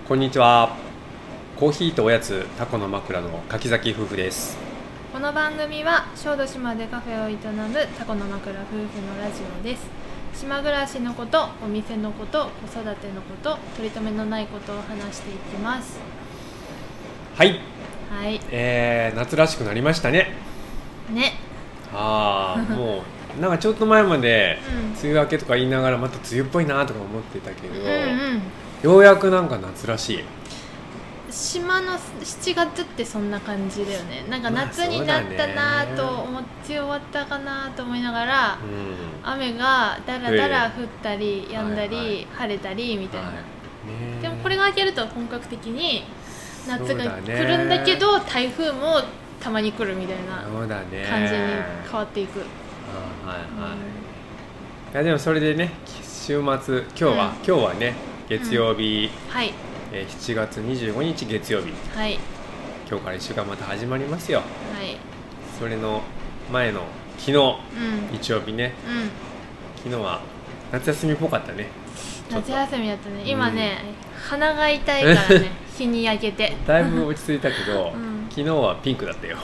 こんにちは。コーヒーとおやつタコの枕の柿崎夫婦です。 この番組は小豆島でカフェを営むタコの枕夫婦のラジオです。島暮らしのこと、お店のこと、子育てのこと、取り留めのないことを話していきます。 はい、 はい、 夏らしくなりましたね。 ね。 もうなんかちょっと前までうん梅雨明けとか言いながらまた梅雨っぽいなとか思ってたけど、 うんようやくなんか夏らしい。 島の7月ってそんな感じだよね。なんか夏になったなと思って終わったかなと思いながら、雨がだらだら降ったり止んだり、晴れたりみたいな、でもこれが明けると本格的に夏が来るんだけど、台風もたまに来るみたいな感じに変わっていく。 いやでもそれでね、週末今日はね月曜日、 はい、 7月25日月曜日、 はい、 今日から1週間また始まりますよ。 はい、 それの前の昨日、日曜日ね、昨日は夏休みっぽかったね。 夏休みだったね。今ね、鼻が痛いからね日に焼けてだいぶ落ち着いたけど、昨日はピンクだったよ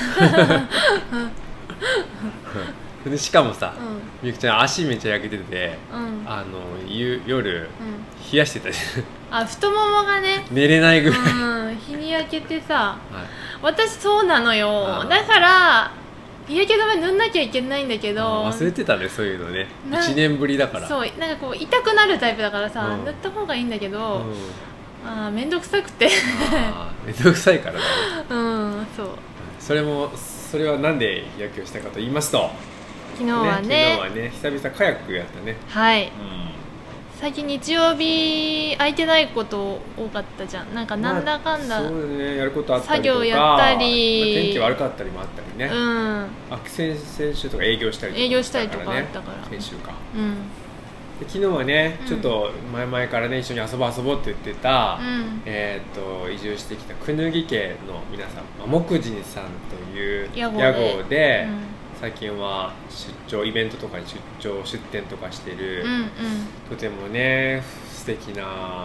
でしかもさ、みゆきちゃん足めっちゃ焼けてて、夜、冷やしてたじゃん。太ももがね寝れないぐらい、 日に焼けてさ、私そうなのよ。だから日焼け止め塗んなきゃいけないんだけど、 忘れてたね、そういうのね。1年ぶりだから。 そう、なんかこう痛くなるタイプだからさ、塗った方がいいんだけど、めんどくさくてめんどくさいからだね。 そう。 それはなんで日焼けをしたかと言いますと、 昨日はね久々カヤックやったね。 はい、最近日曜日空いてないこと多かったじゃん。なんかなんだかんだ、 そうね、やることあったりとか、 作業やったり、 天気悪かったりもあったりね。先週とか営業したりとかあったから、先週か。で昨日はね、ちょっと前からね一緒に遊ぼうって言ってた、移住してきたくぬぎ家の皆さん、木人さんという屋号で、最近はイベントとかに出店とかしてる、とてもね素敵な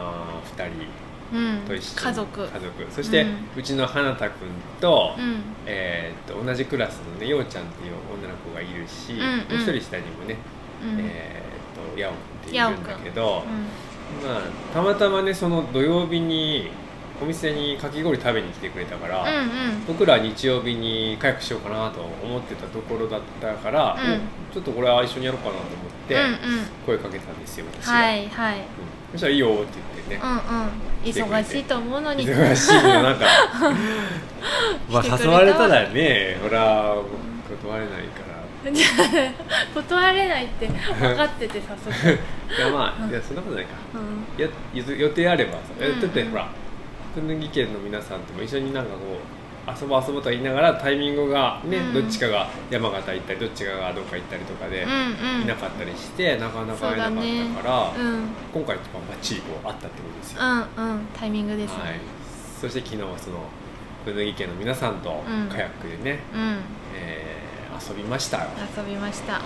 2人と一緒に、 家族、 そして、うちの花田くんと、同じクラスのねようちゃんっていう女の子がいるし、もう一人下にもね、ヤオっているんだけど、たまたまねその土曜日にお店にかき氷食べに来てくれたから、僕ら日曜日にカヤックしようかなと思ってたところだったから、ちょっとこれは一緒にやろうかなと思って声かけたんですよ、私が。そしたらいいよって言ってね、 忙しいと思うのに、 忙しいのなんか誘われたらね、ほら断れないから断れないって分かってて早速いやそんなことないか、予定あればさ、だってほらくぬぎ家の皆さんとも一緒になんかこう遊ぼうと言いながらタイミングがね、どっちかが山形行ったりどっちかがどっか行ったりとかでいなかったりして、なかなか会えなかったから、今回とかバッチリこう会ったってことですよ。 タイミングですね。 そして昨日はそのくぬぎ家の皆さんとカヤックでね、遊びましたよ。 朝 10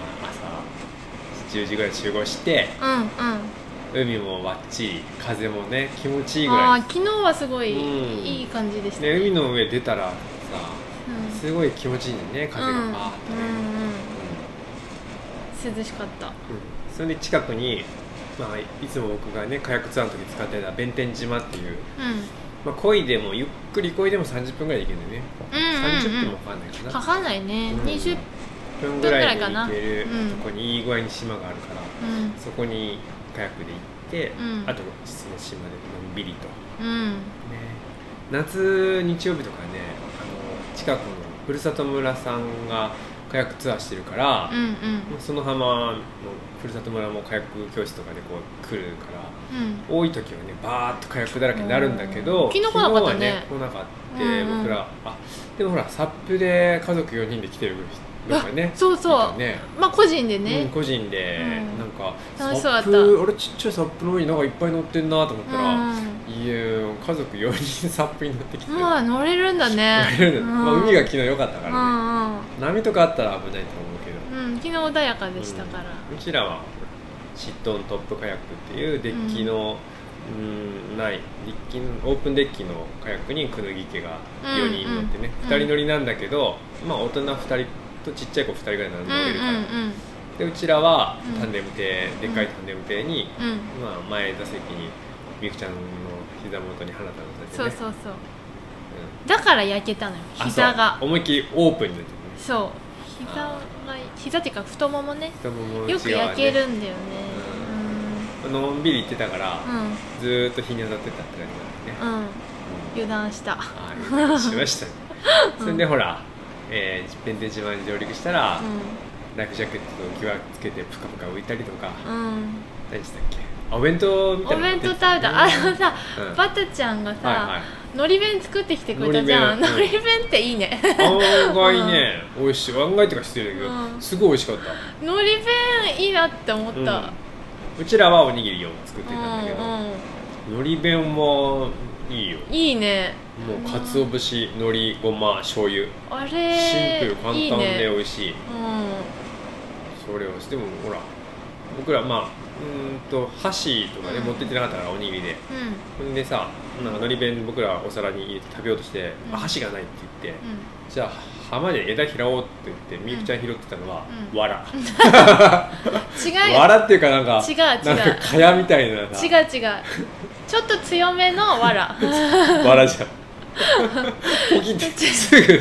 時ぐらい集合して、海もバッチリ、風もね気持ちいいぐらい。 昨日はすごいいい感じでしたね。 海の上出たらさ、すごい気持ちいいね、風がバーッとね、 涼しかった。 それで近くに、いつも僕がねカヤックツアーの時使ってた弁天島っていう、漕いでもゆっくり漕いでも30分ぐらいで行けるんだよね。30分もかかんないかな。 かかんないね。20 分ぐらいで行けるとこにいい具合に島があるから、そこにカヤックで行って、あとその島でのんびりと、夏日曜日とかね、近くのふるさと村さんがカヤックツアーしてるから、その浜のふるさと村もカヤック教室とかでこう来るから、多い時はねバーッとカヤックだらけになるんだけど、 昨日来なかったね。 来なかった。僕らでもほらサップで家族4人で来てる人がね、 そう個人でね、 個人でなんか楽しそうだった。 俺ちっちゃいサップの上になんかいっぱい乗ってんなと思ったら、いや家族4人サップに乗ってきてる。 乗れるんだね。 海が昨日良かったからね。波とかあったら危ないと思うけど、 昨日穏やかでしたから。 うちらはシットントップカヤックっていうデッキのない。オープンデッキのカヤックにくぬぎ家が4人乗ってね、2人乗りなんだけど、まあ大人2人とちっちゃい子2人ぐらい乗れるから、でうちらはタンデム艇、でっかいタンデム艇に、まあ、前座席にみゆきちゃんの膝元に花田乗せてね。 そう、だから焼けたのよ、膝が思いっきりオープンになってね。 そう、膝っていうか太ももね、よく焼けるんだよね。 のんびり行ってたから、ずーっと日に当たってたって感じなんだね。 油断した。 油断しましたね。それでほら、弁天島に上陸したら、ライフジャケットと浮き輪つけてプカプカ浮いたりとか、何したっけ、お弁当みたいなのお弁当食べた。さ、バタちゃんがさ、のり弁作ってきてくれたじゃん。のり弁っていいね。 案外ね、美味しい。案外ってか失礼だけど、すごい美味しかった。 のり弁いいなって思った。 うちらはおにぎりを作ってたんだけど、のり弁もいいよ。 いいね。 もう鰹節、海苔、ごま、醤油、 あれシンプル簡単で美味しい。それをでもほら、僕らまあ箸とかね、持ってってなかったからおにぎりで、ほんでさ、なんかのり弁僕らお皿に入れて食べようとして、箸がないって言って、じゃあ浜で枝拾おうって言ってみゆきちゃん拾ってたのはわら。 違うよ。 わらっていうかなんかなんかかやみたいなさ。 違う。ちょっと強めのわら。 わらじゃん。ポキってすぐ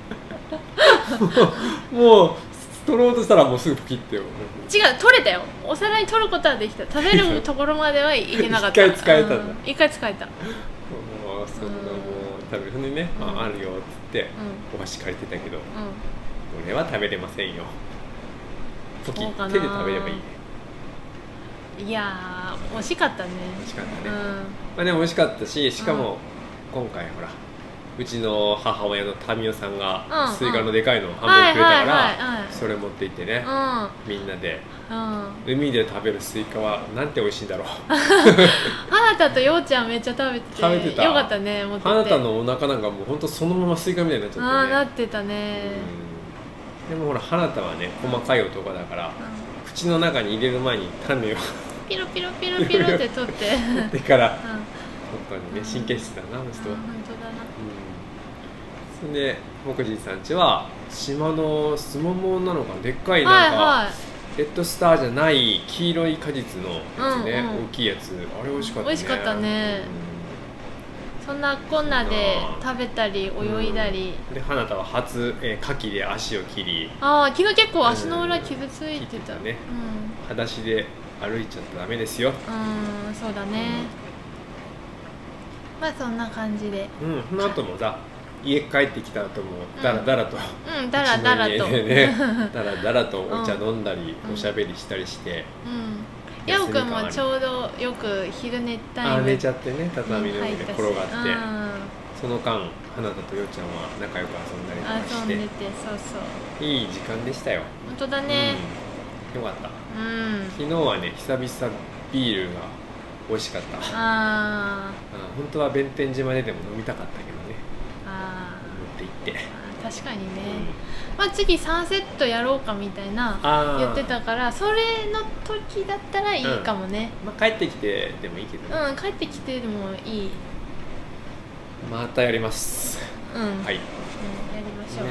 もう取ろうとしたらもうすぐポキってよ。 違う、取れたよ。お皿に取ることはできた。食べるところまではいけなかった。 一回使えたんだ。 一回使えた。 もうそんなもう食べるのにね、あるよっつってお箸借りてたけど、俺は食べれませんよ。ポキ手で食べればいいね。 いやー、美味しかったね。 美味しかったね。まあでも美味しかったし、しかも今回ほら、うちの母親の民生さんがスイカのでかいのを半分くれたから、それ持って行ってね、みんなで海で食べるスイカはなんて美味しいんだろう。 花田とようちゃんめっちゃ食べててよかったね。 花田のお腹なんかもうほんとそのままスイカみたいになっちゃってね。 なってたね。 でもほら花田はね、細かい男だから口の中に入れる前に種をピロピロピロピロって取ってから本当にね、神経質だなあの人は。 本当だな。 それで木地さんちは島のすももなのかでっかいなんかレッドスターじゃない黄色い果実のやつね、大きいやつ、あれ美味しかったね。 美味しかったね。そんなこんなで食べたり泳いだり、 で花田は初牡蠣で足を切り、 昨日結構足の裏傷ついてたね。 裸足で歩いちゃったらダメですよ。 そうだね。まあそんな感じで、 その後もさ、家帰ってきた後もダラダラとダラダラとダラダラとお茶飲んだりおしゃべりしたりして、 ヤオくんもちょうどよく昼寝タイム寝ちゃってね、畳の上で転がって、その間花田とようちゃんは仲良く遊んだりとかして、 遊んでて、そういい時間でしたよ。 本当だね。 よかった。昨日はね、久々ビールが美味しかった。本当は弁天島でも飲みたかったけどね、持って行って。 確かにね、まあ次3セットやろうかみたいな言ってたから、それの時だったらいいかもね。 まあ帰ってきてでもいいけどね。 帰ってきてでもいい。 またやります。はい、やりましょ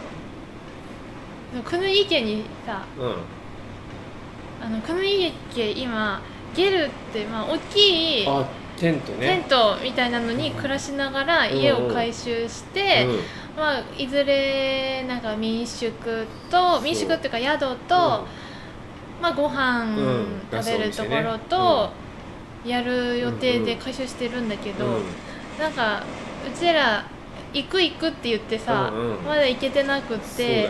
う。くぬい家にさ、くぬい家今ゲルって大きいテントみたいなのに暮らしながら家を改修して、いずれなんか民宿っていうか宿と、ご飯食べるところとやる予定で改修してるんだけど、なんかうちら行くって言ってさ、まだ行けてなくって、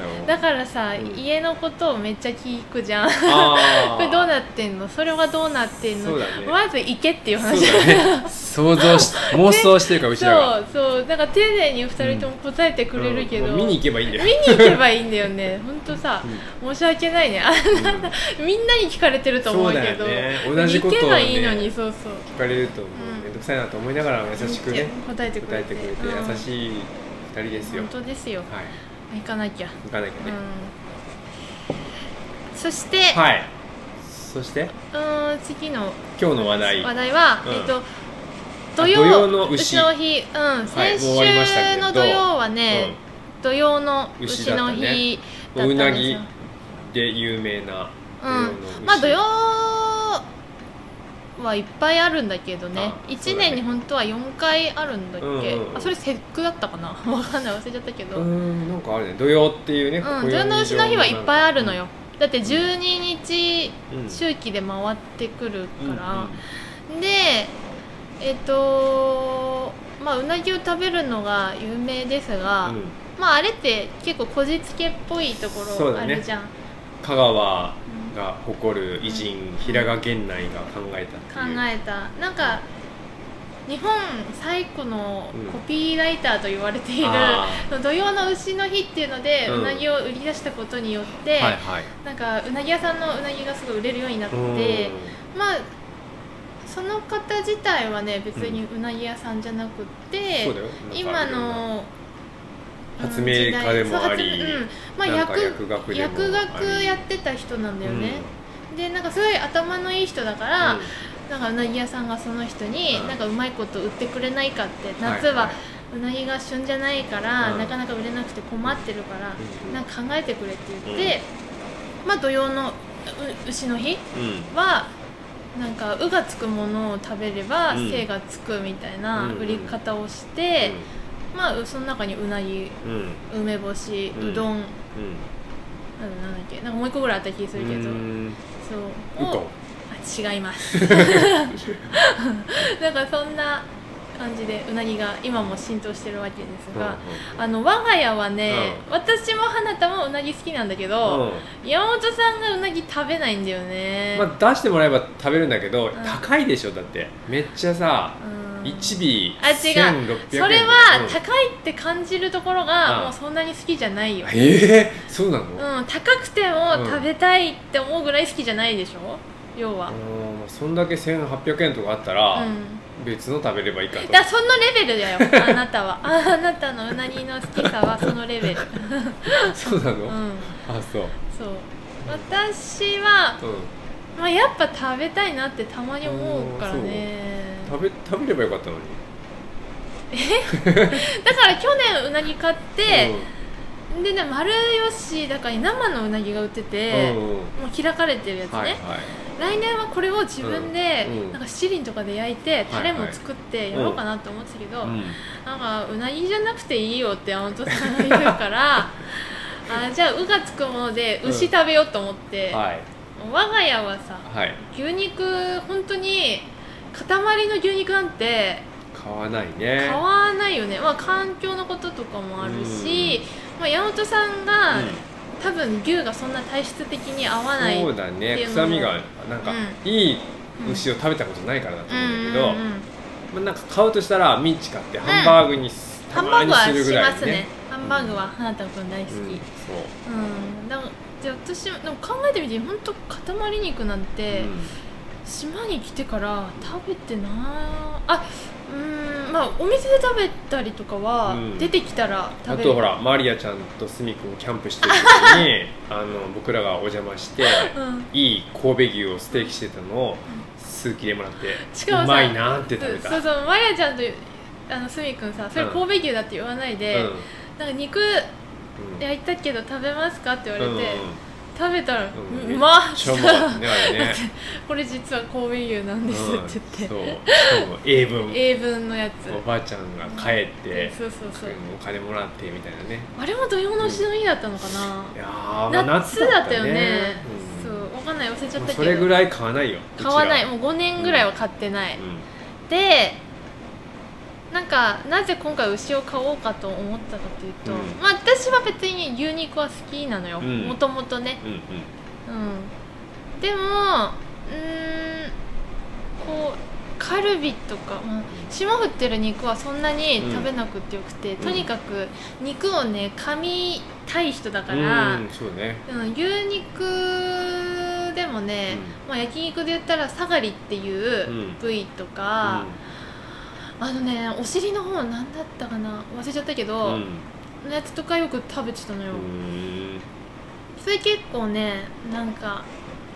だからさ、家のことをめっちゃ聞くじゃん。これどうなってんの、それはどうなってんの、まず行けっていう話だね。 妄想してるからうちらがそうなんか丁寧に2人とも答えてくれるけど、 見に行けばいいんだよ。 見に行けばいいんだよね。ほんとさ、申し訳ないね。みんなに聞かれてると思うけど、 同じことを行けばいいのに、聞かれるとめんどくさいなと思いながら優しくね答えてくれて優しい2人ですよ。 本当ですよ。行かなきゃ。 ね。 そして、 そして次の今日の話題は、土曜の牛の日、先週の土曜はね、土曜の牛の日だったんですよ。 うなぎで有名なまあ土曜はいっぱいあるんだけどね、1年に本当は4回あるんだっけ、それ節句だったかなわかんない、忘れちゃったけど、 なんかあるね、土曜っていうね、 土曜の牛の日はいっぱいあるのよ。だって12日周期で回ってくるから、でまあうなぎを食べるのが有名ですが、まああれって結構こじつけっぽいところあるじゃん。 香川が誇る偉人、平賀源内が考えたなんか日本最古のコピーライターと言われている、土曜の牛の日っていうので、うなぎを売り出したことによって、なんかうなぎ屋さんのうなぎがすごい売れるようになって、まあその方自体はね別にうなぎ屋さんじゃなくって、今の発明家でもあり、 まあ薬学やってた人なんだよね。でなんかすごい頭のいい人だから、なんかうなぎ屋さんがその人になんかうまいこと売ってくれないかって、夏はうなぎが旬じゃないからなかなか売れなくて困ってるからなんか考えてくれって言って、まあ土曜の牛の日はなんか「う」がつくものを食べれば「精」がつくみたいな売り方をして、まあその中にうなぎ、梅干し、うどん、なんだっけ、なんかもう一個ぐらいあった気がするけど、そう違いますなんかそんな感じでうなぎが今も浸透してるわけですが、我が家はね、私も花田もうなぎ好きなんだけど、山本さんがうなぎ食べないんだよね。 まあ出してもらえば食べるんだけど、高いでしょ。だってめっちゃさ、1尾1600円。 それは高いって感じるところがもうそんなに好きじゃないよ。 そうなの？ 高くても食べたいって思うぐらい好きじゃないでしょ、要は。 そんだけ1800円とかあったら別の食べればいいかと。 だそのレベルだよあなたは。あなたのうなぎの好きさはそのレベルそうなの？そう私は、まあ、やっぱ食べたいなってたまに思うからね。 食べればよかったのにだから去年うなぎ買って、でね、丸吉だから生のうなぎが売ってて、もう開かれてるやつね、来年はこれを自分で、なんか七輪とかで焼いてタレも作ってやろうかなと思ってたけど、なんかうなぎじゃなくていいよって山本さんが言うからじゃあ「う」がつくもので牛食べようと思って、我が家はさ、牛肉本当に塊の牛肉なんて買わないよね。まあ環境のこととかもあるし、まあ、山本さんが、多分牛がそんな体質的に合わないっていうのも、 そうだね、臭みがなんか、いい牛を食べたことないからだと思うんだけど、まあ、なんか買うとしたらミンチ買ってハンバーグにたまにするぐらいね。 ハンバーグはしますね。ハンバーグは花田君大好き。だからで私もでも考えてみて、本当塊肉なんて、島に来てから食べてなまあお店で食べたりとかは、出てきたら食べる。 あとほらマリアちゃんとスミ君キャンプしてる時に僕らがお邪魔して、いい神戸牛をステーキしてたのを数切れもらって、うまいなって食べた。 そうマリアちゃんとスミ君さ、それ神戸牛だって言わないで、なんか肉焼いたけど食べますかって言われて、食べたらうまっってこれ実は神戸牛なんですって言って、英文のやつおばあちゃんが帰ってお金もらってみたいなね。 あれも土曜の牛の日だったのかな。 いや夏だったよね。そう分かんない、忘れちゃったけど、 それぐらい買わないよ。 買わない、もう5年ぐらいは買ってない。でなんかなぜ今回牛を買おうかと思ったかというと、まあ私は別に牛肉は好きなのよ、もともとね。でもこうカルビとか、霜降ってる肉はそんなに食べなくてよくて、とにかく肉をね噛みたい人だから、牛肉でもね、まあ、焼肉で言ったらサガリっていう部位とか、お尻の方なんだったかな忘れちゃったけど、のやつとかよく食べてたのよ。それ結構ねなんか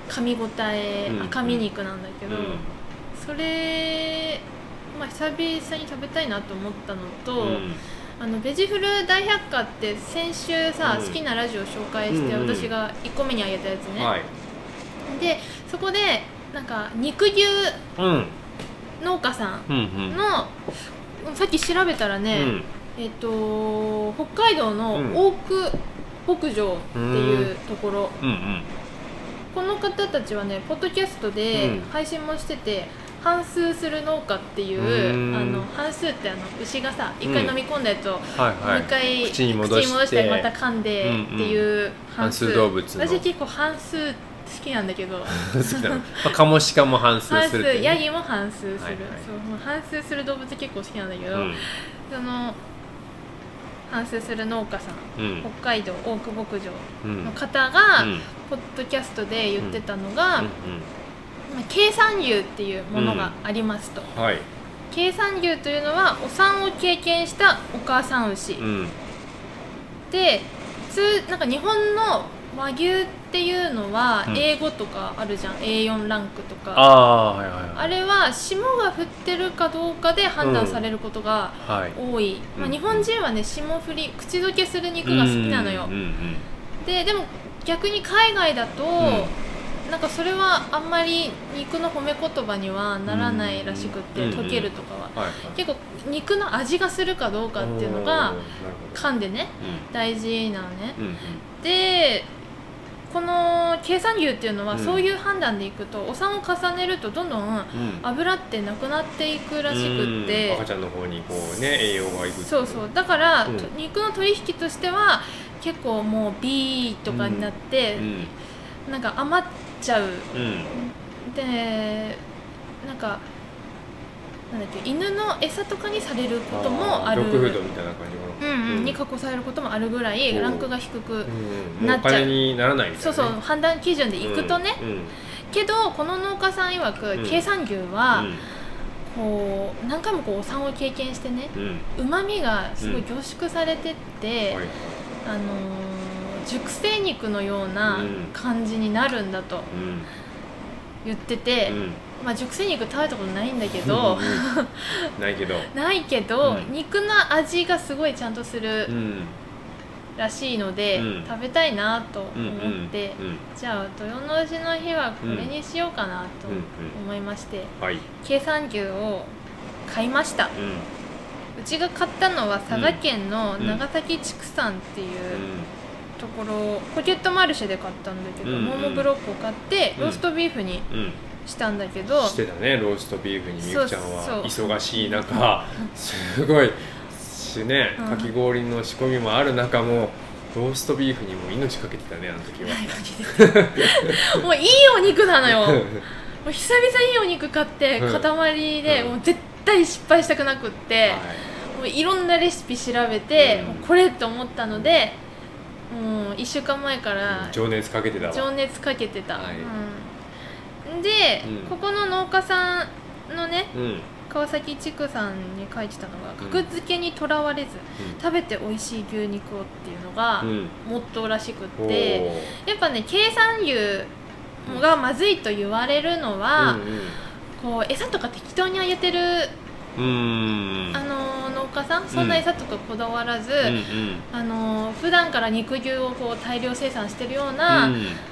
噛み応え、赤身肉なんだけど、それ、久々に食べたいなと思ったのと、ベジフル大百科って先週さ、好きなラジオ紹介して、私が1個目にあげたやつね、でそこでなんか肉牛農家さんの、さっき調べたらね、北海道の大久牧場っていうところ、この方たちはねポッドキャストで配信もしてて、反数する農家っていう、反数って牛がさ一回飲み込んだやつをもう一回口に戻してまた噛んでっていう反数動物の、 私結構反数好きなんだけどカモシカも反数する、 ヤギも反数する、そう反数する動物結構好きなんだけど、その反数する農家さん、北海道大久牧場の方が、ポッドキャストで言ってたのが、経産牛っていうものがありますと、経産牛というのはお産を経験したお母さん牛、でなんか日本の和牛っていうのは英語とかあるじゃん、A4 ランクとか、あれは霜が降ってるかどうかで判断されることが多い、日本人はね霜降り口どけする肉が好きなのよ、でも逆に海外だと、なんかそれはあんまり肉の褒め言葉にはならないらしくって、溶けるとかは、結構肉の味がするかどうかっていうのが噛んでね、大事なのね、でこの経産牛っていうのはそういう判断でいくと、お産を重ねるとどんどん油ってなくなっていくらしくって、 赤ちゃんの方にこうね栄養がいく、 そうだから、肉の取引としては結構もう B とかになって、なんか余っちゃう、でなんかなんだっけ、犬の餌とかにされることもある、 ドッグフードみたいな感じに加工されることもあるぐらいランクが低くなっちゃう、 お金にならないみたいな、 そう判断基準でいくとね、けどこの農家さん曰く、経産牛は、こう何回もこうお産を経験してね、うまみがすごい凝縮されてって、熟成肉のような感じになるんだと言ってて、熟成肉食べたことないんだけどないけど、肉の味がすごいちゃんとするらしいので、食べたいなと思って、じゃあ豊能市の日はこれにしようかなと思いまして、経産牛を買いました。うちが買ったのは佐賀県の長崎畜産っていうところ、ポケットマルシェで買ったんだけど、モモブロックを買ってローストビーフにしたんだけど、 してたね、ローストビーフにみゆちゃんは忙しい中すごいね、かき氷の仕込みもある中もローストビーフにも命かけてたね、あの時は。 もういいお肉なのよもう久々いいお肉買って塊で、もう絶対失敗したくなくって、もういろんなレシピ調べて、もうこれと思ったので、もう1週間前から情熱かけてたわ。 情熱かけてた、で、ここの農家さんのね、川崎畜産に書いてたのが、格付けにとらわれず、食べて美味しい牛肉をっていうのがモットーらしくって、やっぱね経産牛がまずいと言われるのは、こう餌とか適当にあげてる農家さん、そんな餌とかこだわらず、普段から肉牛をこう大量生産してるような、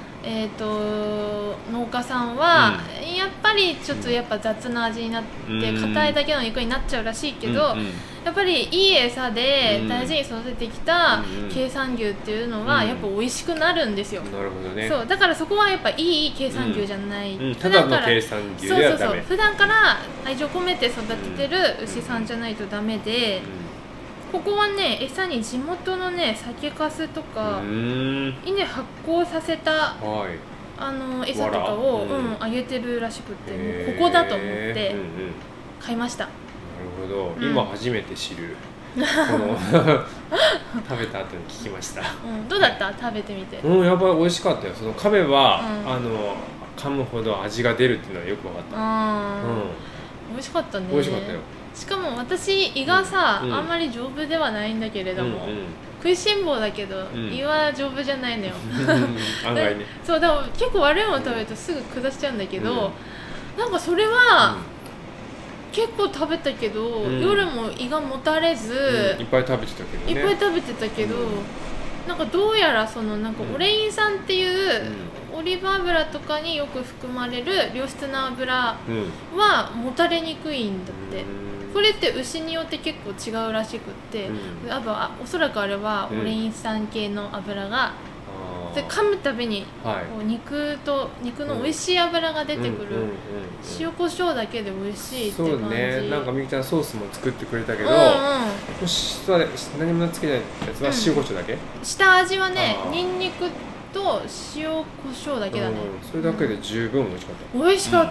農家さんはやっぱりちょっとやっぱ雑な味になって硬いだけの肉になっちゃうらしいけど、やっぱりいい餌で大事に育ててきた経産牛っていうのはやっぱ美味しくなるんですよ。 なるほどね。 そうだからそこはやっぱいい経産牛じゃない、 ただの経産牛ではダメ。 普段から愛情込めて育ててる牛さんじゃないとダメで、ここはね餌に地元のね酒粕とか稲発酵させた餌とかをあげてるらしくて、もうここだと思って買いました。 なるほど、今初めて知るこの食べた後に聞きました。 どうだった？食べてみて。 やっぱり美味しかったよ。その噛めば噛むほど味が出るっていうのはよく分かった。 美味しかったね。 美味しかったよ。 しかも私胃がさ、 うん、 あんまり丈夫ではないんだけれども、食いしん坊だけど、胃は丈夫じゃないのよ案外ねそうだから結構悪いもの食べるとすぐ下しちゃうんだけど、なんかそれは、結構食べたけど、夜も胃がもたれず、 いっぱい食べてたけどね。 いっぱい食べてたけど、なんかどうやらそのなんかオレイン酸っていう、オリーブ油とかによく含まれる良質な油はもたれにくいんだって、これって牛によって結構違うらしくって、おそらくあれはオレイン酸系の油が、で噛むたびにこう肉の美味しい脂が出てくる、塩コショウだけで美味しいって感じ。 そうね、なんかみゆきちゃんソースも作ってくれたけど、何もつけないやつは塩コショウだけ、 下味はねニンニクと塩コショウだけだね、 それだけで十分美味しかった。 美味しかった、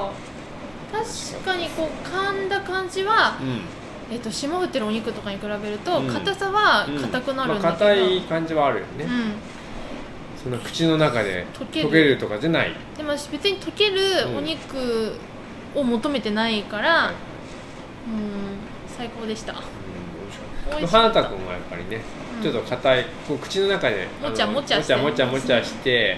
確かにこう噛んだ感じは、霜降ってるお肉とかに比べると硬さは硬くなるんだけど、 硬い感じはあるよね、その口の中で溶けるとかじゃない。 でも別に溶けるお肉を求めてないから、最高でした。 花田君はやっぱりね、ちょっと硬い、こう口の中でもちゃもちゃして、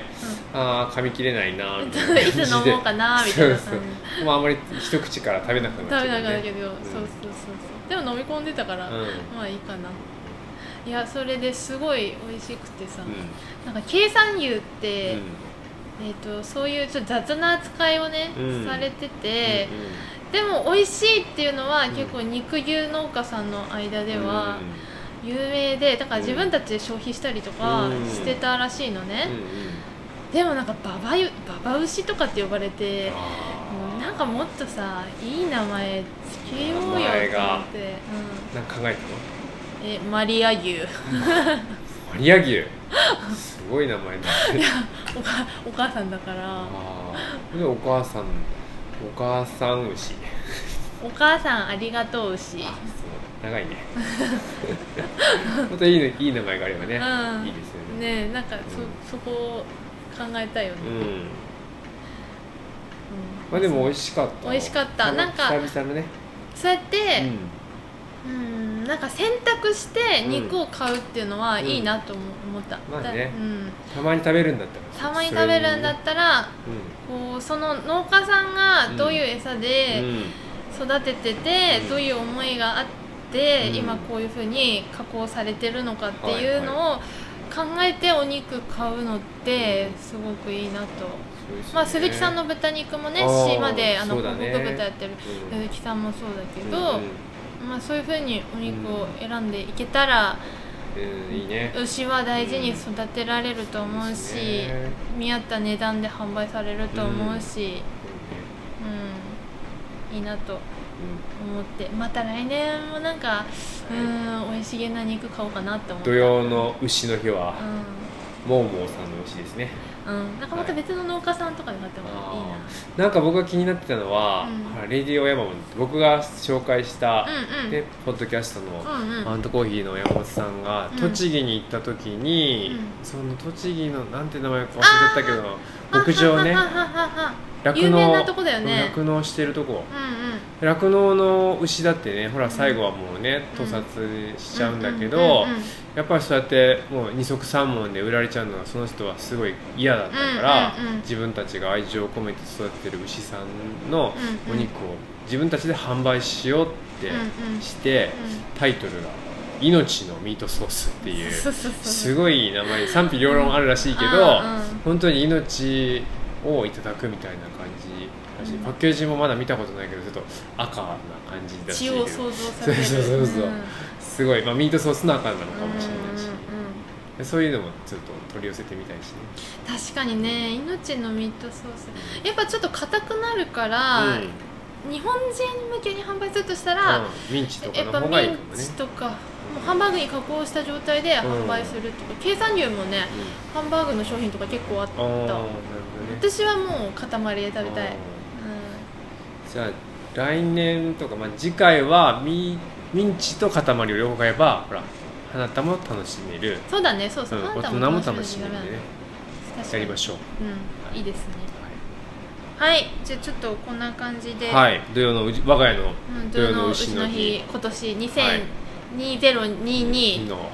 噛み切れないなみたいな、 いつ飲もうかなみたいな。 もうあんまり一口から食べなくなっちゃう、 食べなくなるけど、そうでも飲み込んでたから、まあいいかな。いや、それですごい美味しくてさ、なんか経産牛って、そういうちょっと雑な扱いをね、されてて、でも美味しいっていうのは結構肉牛農家さんの間では有名で、だから自分たちで消費したりとかしてたらしいのね。でもなんかババ牛とかって呼ばれて、なんかもっとさ、いい名前つけようよって思って。 なんか考えたの？ マリア牛マリア牛すごい名前だね。 いや、お母さんだから。 お母さん牛お母さんありがとう牛。 長いね。またいい名前があればね、いいですよね。なんかそこを考えたいよね。 まあでも美味しかった。 美味しかった。なんか久々のね、 そうやってなんか選択して肉を買うっていうのはいいなと思った。 まあね、たまに食べるんだったら、 たまに食べるんだったら、こうその農家さんがどういう餌で育ててて、どういう思いがあって、今こういうふうに加工されてるのかっていうのを考えてお肉買うのってすごくいいなと。まあ鈴木さんの豚肉もね、島でホク豚やってる鈴木さんもそうだけど、まあそういうふうにお肉を選んでいけたら、 いいね。 牛は大事に育てられると思うし、見合った値段で販売されると思うし、いいなと思って、また来年もなんか美味しげな肉買おうかなって思った。 土曜の牛の日は、モーモーさんの牛ですね。 なんかまた別の農家さんとかで買ってもいいな。なんか僕が気になってたのは、レディオ山本、僕が紹介した、ポッドキャストのマウントコーヒーの山本さんが栃木に行った時に、その栃木のなんて名前か忘れてたけど、牧場ね、 有名なとこだよね。 酪農してるとこ、酪農の牛だってね、ほら最後はもうね屠殺しちゃうんだけど、やっぱりそうやってもう二足三門で売られちゃうのがその人はすごい嫌だったから、自分たちが愛情を込めて育ててる牛さんのお肉を自分たちで販売しようってして、タイトルが命のミートソースっていうすごい名前、賛否両論あるらしいけど、本当に命をいただくみたいな感じだし、パッケージもまだ見たことないけどちょっと赤な感じだし、 血を想像される。 そうすごい、ミートソースの赤なのかもしれないし、そういうのもちょっと取り寄せてみたいしね。 確かにね、命のミートソースやっぱちょっと硬くなるから、日本人向けに販売するとしたら、 ミンチとかの方がいいかもね。 ミンチとかもうハンバーグに加工した状態で販売するとか、経産牛もね、ハンバーグの商品とか結構あった。私はもう塊で食べたい。 じゃあ来年とか、次回はミンチと塊を両方買えば、ほら花田も楽しめる。 そうだね、そう大人も楽しめるんでね、やりましょう。 いいですね。 はい、じゃあちょっとこんな感じで、 はい、土曜の我が家の土曜の牛の日、今年2022の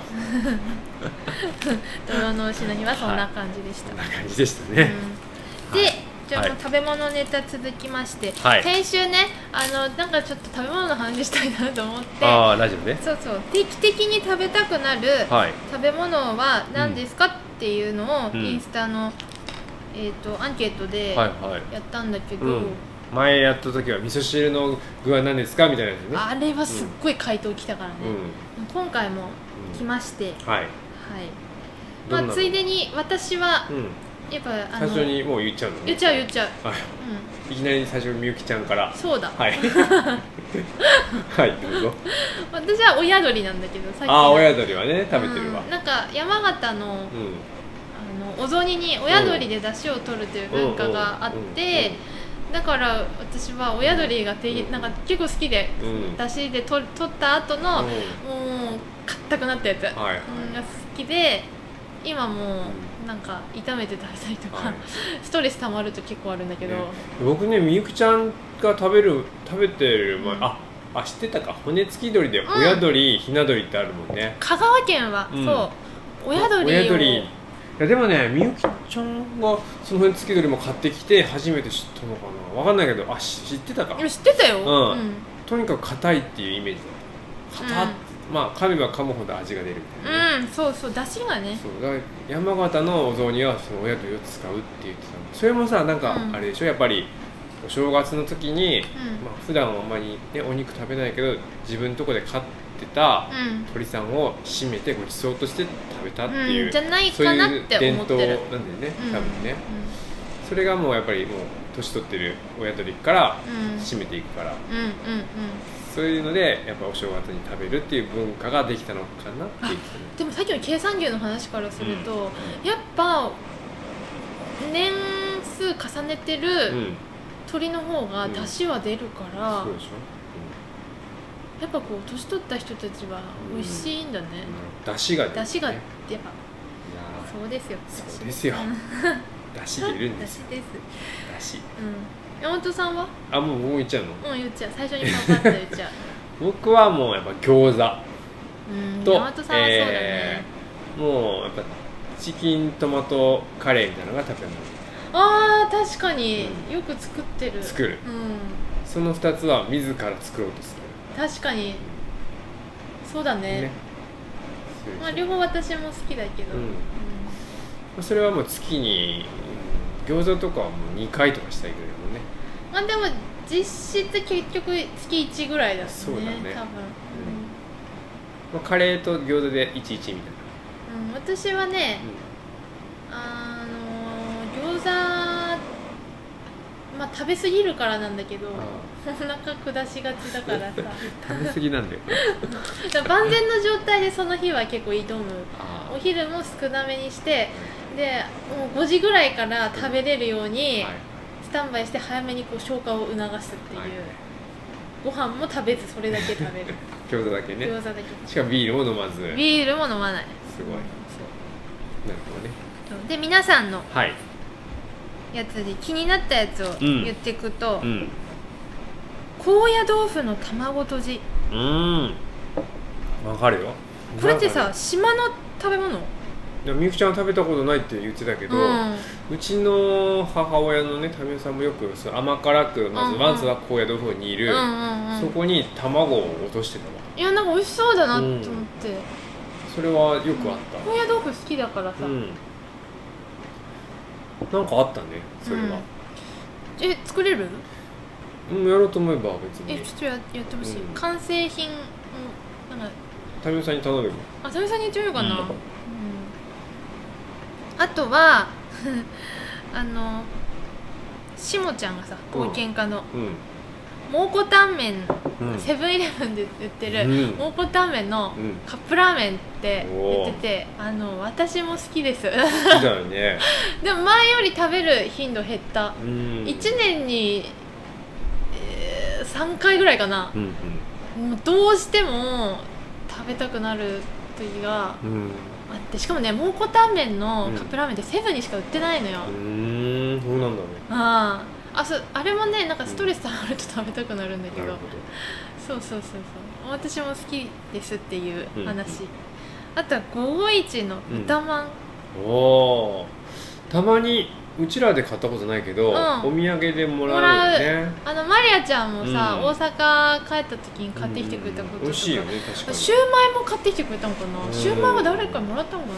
土曜の牛の日はそんな感じでした。 こんな感じでしたね。 で、じゃあもう食べ物ネタ続きまして、先週ね、なんかちょっと食べ物の話したいなと思って、 ラジオね。 そうそう、定期的に食べたくなる食べ物は何ですかっていうのをインスタのアンケートでやったんだけど、 前やった時は味噌汁の具は何ですかみたいなやつね。 あれはすっごい回答来たからね、今回も来まして、まあついでに私はやっぱ最初にもう言っちゃうのね。 言っちゃう、 いきなり最初みゆきちゃんから。 そうだ、 はいはい、どうぞ。 私は親鶏なんだけど、さっき親鶏はね食べてるわ。 なんか山形のお雑煮に親鶏で出汁を取るという文化があって、だから私は親鶏がなんか結構好きで、出汁で取った後のもう硬くなったやつが好きで、今もうなんか炒めて食べたりとか、ストレス溜まると結構あるんだけど、 僕ね、みゆきちゃんが食べてる前、知ってたか、骨付き鶏で親鶏、ひな鶏ってあるもんね。 香川県はそう親鶏を。 いやでもね、みゆきちゃんがその骨付き鶏も買ってきて初めて知ったのかな、分かんないけど、知ってたか。 知ってたよ。 とにかく硬いっていうイメージだった。まあ噛めば噛むほど味が出るみたいな。 そうそう、出汁がね。 そうだから山形のお雑煮はその親鶏を使うって言ってたの。それもさ、なんかあれでしょ、やっぱりお正月の時に、普段はあんまりねお肉食べないけど、自分のとこで飼ってた鳥さんを締めてごちそうとして食べたっていう、 じゃないかなって思ってる。 そういう伝統なんだよね、多分ね。それがもうやっぱりもう年取ってる親鶏から締めていくから、そういうのでやっぱお正月に食べるっていう文化ができたのかなって言ってた。 でもさっきの経産牛の話からすると、やっぱ年数重ねてる鶏の方が出汁は出るから、 そうでしょ。 やっぱこう年取った人たちは美味しいんだね。 出汁が出る、 出汁がやっぱそうですよ。 そうですよ。出汁出るんですよ。 出汁です。 出汁。 山本さんは？ もう言っちゃうの？ 言っちゃう。最初にパパッと言っちゃう。 僕はもうやっぱ餃子と、 山本さんはそうだね。 もうやっぱチキントマトカレーみたいなのが食べ物。 確かによく作ってる。 作る。その2つは自ら作ろうとする。 確かにそうだね。まあ両方私も好きだけど、 それはもう月に餃子とかはもう2回とかしたいぐらいもんね。 でも実質結局月1ぐらいだね。 そうだね、 多分。 カレーと餃子で1-1みたいな。 私はね、餃子食べ過ぎるからなんだけど、お腹下しがちだからさ食べ過ぎなんだよ万全の状態でその日は結構挑む。お昼も少なめにして、でもう5時ぐらいから食べれるようにスタンバイして早めにこう消化を促すっていう、ご飯も食べずそれだけ食べる餃子だけね。 餃子だけ。 しかもビールも飲まず。 ビールも飲まない。 すごい。なるほどね。 で皆さんのやつで気になったやつを言っていくと、高野豆腐の卵とじ。 わかるよ。 これってさ、島の食べ物？ みゆきちゃんは食べたことないって言ってたけど、うちの母親のね、民生さんもよく甘辛くまずは高野豆腐を煮る、そこに卵を落としてたわ。 いや、なんか美味しそうだなと思って、 それはよくあった。 高野豆腐好きだからさ、 なんかあったね、それは。 作れる？ やろうと思えば別に。 ちょっとやってほしい。完成品なんか民生さんに頼めば。 民生さんに言ってみようかな。あとはしもちゃんがさ、冒険家の蒙古タンメン、セブンイレブンで売ってる蒙古タンメンのカップラーメンって言ってて、私も好きです。好きだよね。 でも前より食べる頻度減った。1年に3回ぐらいかな。もうどうしても食べたくなる時があって、しかもね、蒙古タンメンのカップラーメンってセブンにしか売ってないのよ。 そうなんだね。 あれもねなんかストレス溜まると食べたくなるんだけど、そう私も好きですっていう話、あとは551の豚まん、 おたまにうちらで買ったことないけど、お土産でもらうよね。 マリアちゃんもさ、大阪帰った時に買ってきてくれたこととか、 美味しいよね確かに。 シューマイも買ってきてくれたのかな、シューマイは誰かにもらったのかな、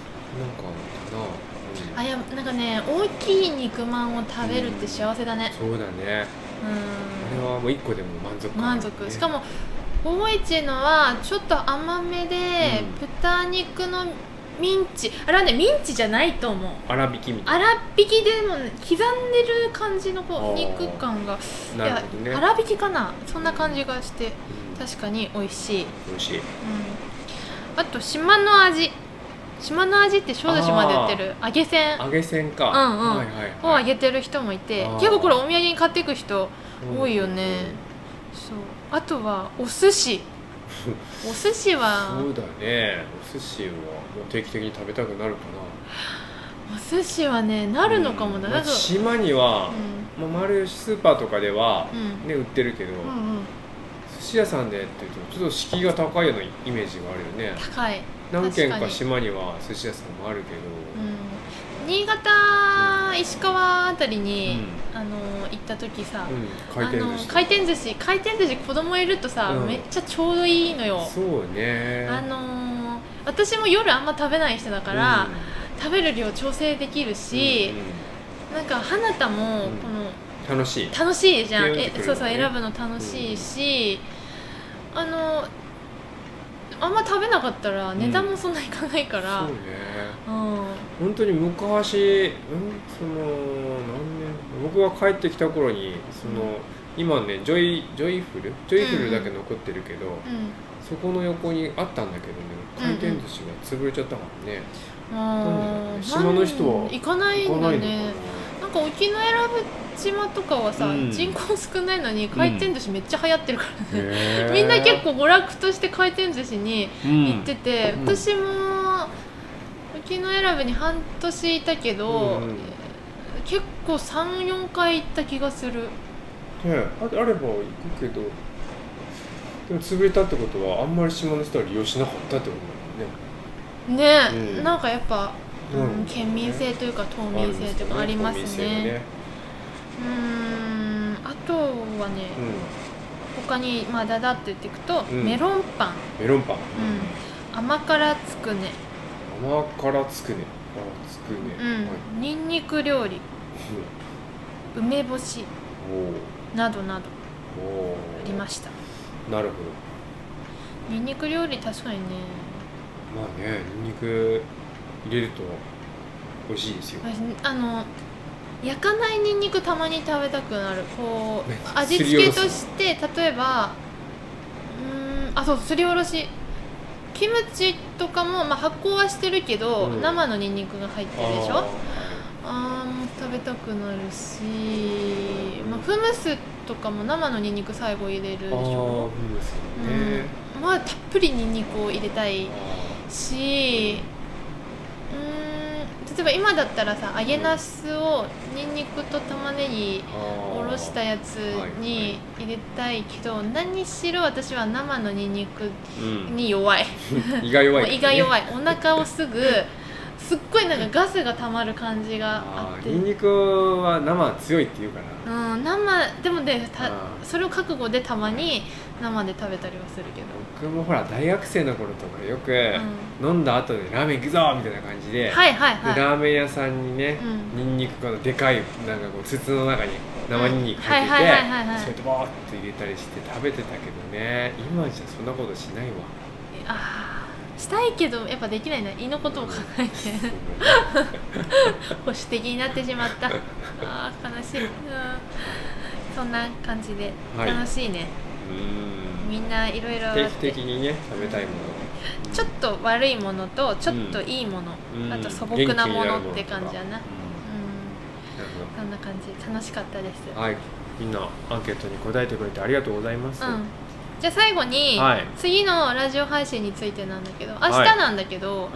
いやなんかね大きい肉まんを食べるって幸せだね。 そうだね。あれはもう1個でも満足、 しかも551のはちょっと甘めで、豚肉のミンチ、あれはねミンチじゃないと思う。 粗挽きみたいな。 粗挽きでも、ね、刻んでる感じの肉感が、 なるほどね、 粗挽きかな、そんな感じがして、確かに美味しい。あと島の味って小豆島で売ってる揚げせんか、 を揚げてる人もいて、結構これお土産に買っていく人多いよね。そう、あとはお寿司はそうだね、お寿司は定期的に食べたくなるかな。お寿司はねなるのかもな。 島には、丸吉スーパーとかでは、ね売ってるけど、寿司屋さんでっていうとちょっと敷居が高いようなイメージがあるよね。 高い。 何軒か島には寿司屋さんもあるけど、 新潟、石川あたりに、行った時さ、回転寿司子供いるとさ、めっちゃちょうどいいのよ。 そうね。 私も夜あんま食べない人だから、食べる量調整できるし、なんか花田もこの楽しいじゃん。そう選ぶの楽しいし、あんま食べなかったら値段もそんなにいかないから、 そうね、本当に昔、僕が帰ってきた頃に今ねジョイフルだけ残ってるけど、そこの横にあったんだけどね、回転寿司が潰れちゃったからね。島の人は行かないんだね。なんか沖永良部島とかはさ、人口少ないのに回転寿司めっちゃ流行ってるからね、みんな結構娯楽として回転寿司に行ってて、私も沖永良部に半年いたけど、結構 3,4 回行った気がする。 あれば行くけど、でも潰れたってことはあんまり島の人は利用しなかったってことだよね。なんかやっぱ県民性というか島民性というかありますね。あとはね、他にダダって言っていくと、メロンパン、甘辛つくね、にんにく料理、梅干しなどなどありました。 なるほど。にんにく料理確かにね。 にんにく入れると美味しいですよ。 焼かないにんにくたまに食べたくなる。味付けとして例えばすりおろし、キムチとかも発酵はしてるけど、生のにんにくが入ってるでしょ。もう食べたくなるし、フムスとかも生のにんにく最後入れるでしょ。たっぷりにんにくを入れたいし、例えば今だったらさ、揚げなすをにんにくと玉ねぎおろしたやつに入れたいけど、何しろ私は生のにんにくに弱い。 胃が弱い。 お腹をすっごいなんかガスがたまる感じがあって。 にんにくは生強いって言うから。 生でもね、それを覚悟でたまに生で食べたりはするけど。 僕もほら大学生の頃とかよく飲んだ後でラーメン行くぞみたいな感じで、ラーメン屋さんにね、にんにくでかいなんか筒の中に生にんにく入ってて、それでボーっと入れたりして食べてたけどね、今じゃそんなことしないわ。 したいけどやっぱできないな、胃のことを考えて保守的になってしまった。悲しい。そんな感じで楽しいね。みんないろいろ定期的にね食べたいもの、ちょっと悪いものとちょっといいもの、あと素朴なものって感じやな。そんな感じ、楽しかったです。 はい、みんなアンケートに答えてくれてありがとうございます。 じゃあ最後に、次のラジオ配信についてなんだけど、明日なんだけど、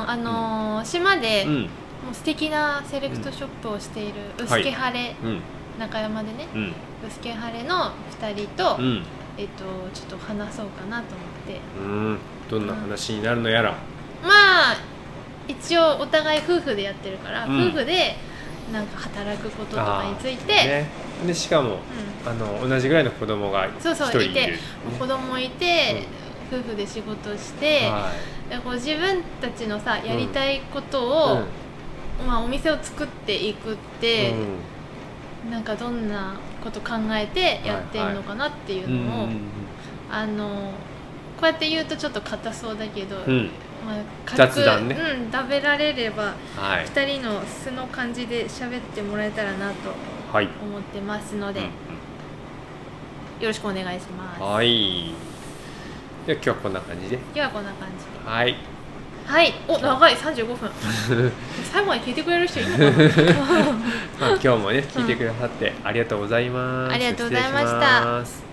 島でもう素敵なセレクトショップをしているうすけはれ中山でね、ブスケハレの2人と、ちょっと話そうかなと思って。 どんな話になるのやら。 まあ一応お互い夫婦でやってるから、夫婦でなんか働くこととかについて、 でしかも、同じぐらいの子供が1人いる、 子供いて、夫婦で仕事して、でこう自分たちのさやりたいことを、お店を作っていくって、なんかどんなこと考えてやってんのかなっていうのを、こうやって言うとちょっと硬そうだけど、 雑談ね、 食べられれば、2人の素の感じで喋ってもらえたらなと思ってますので、よろしくお願いします。 はい。で今日はこんな感じで。 今日はこんな感じで。 はい。 はい。お、長い35分。最後まで聞いてくれる人いるのかな。 今日もね聞いてくださってありがとうございます。 ありがとうございました。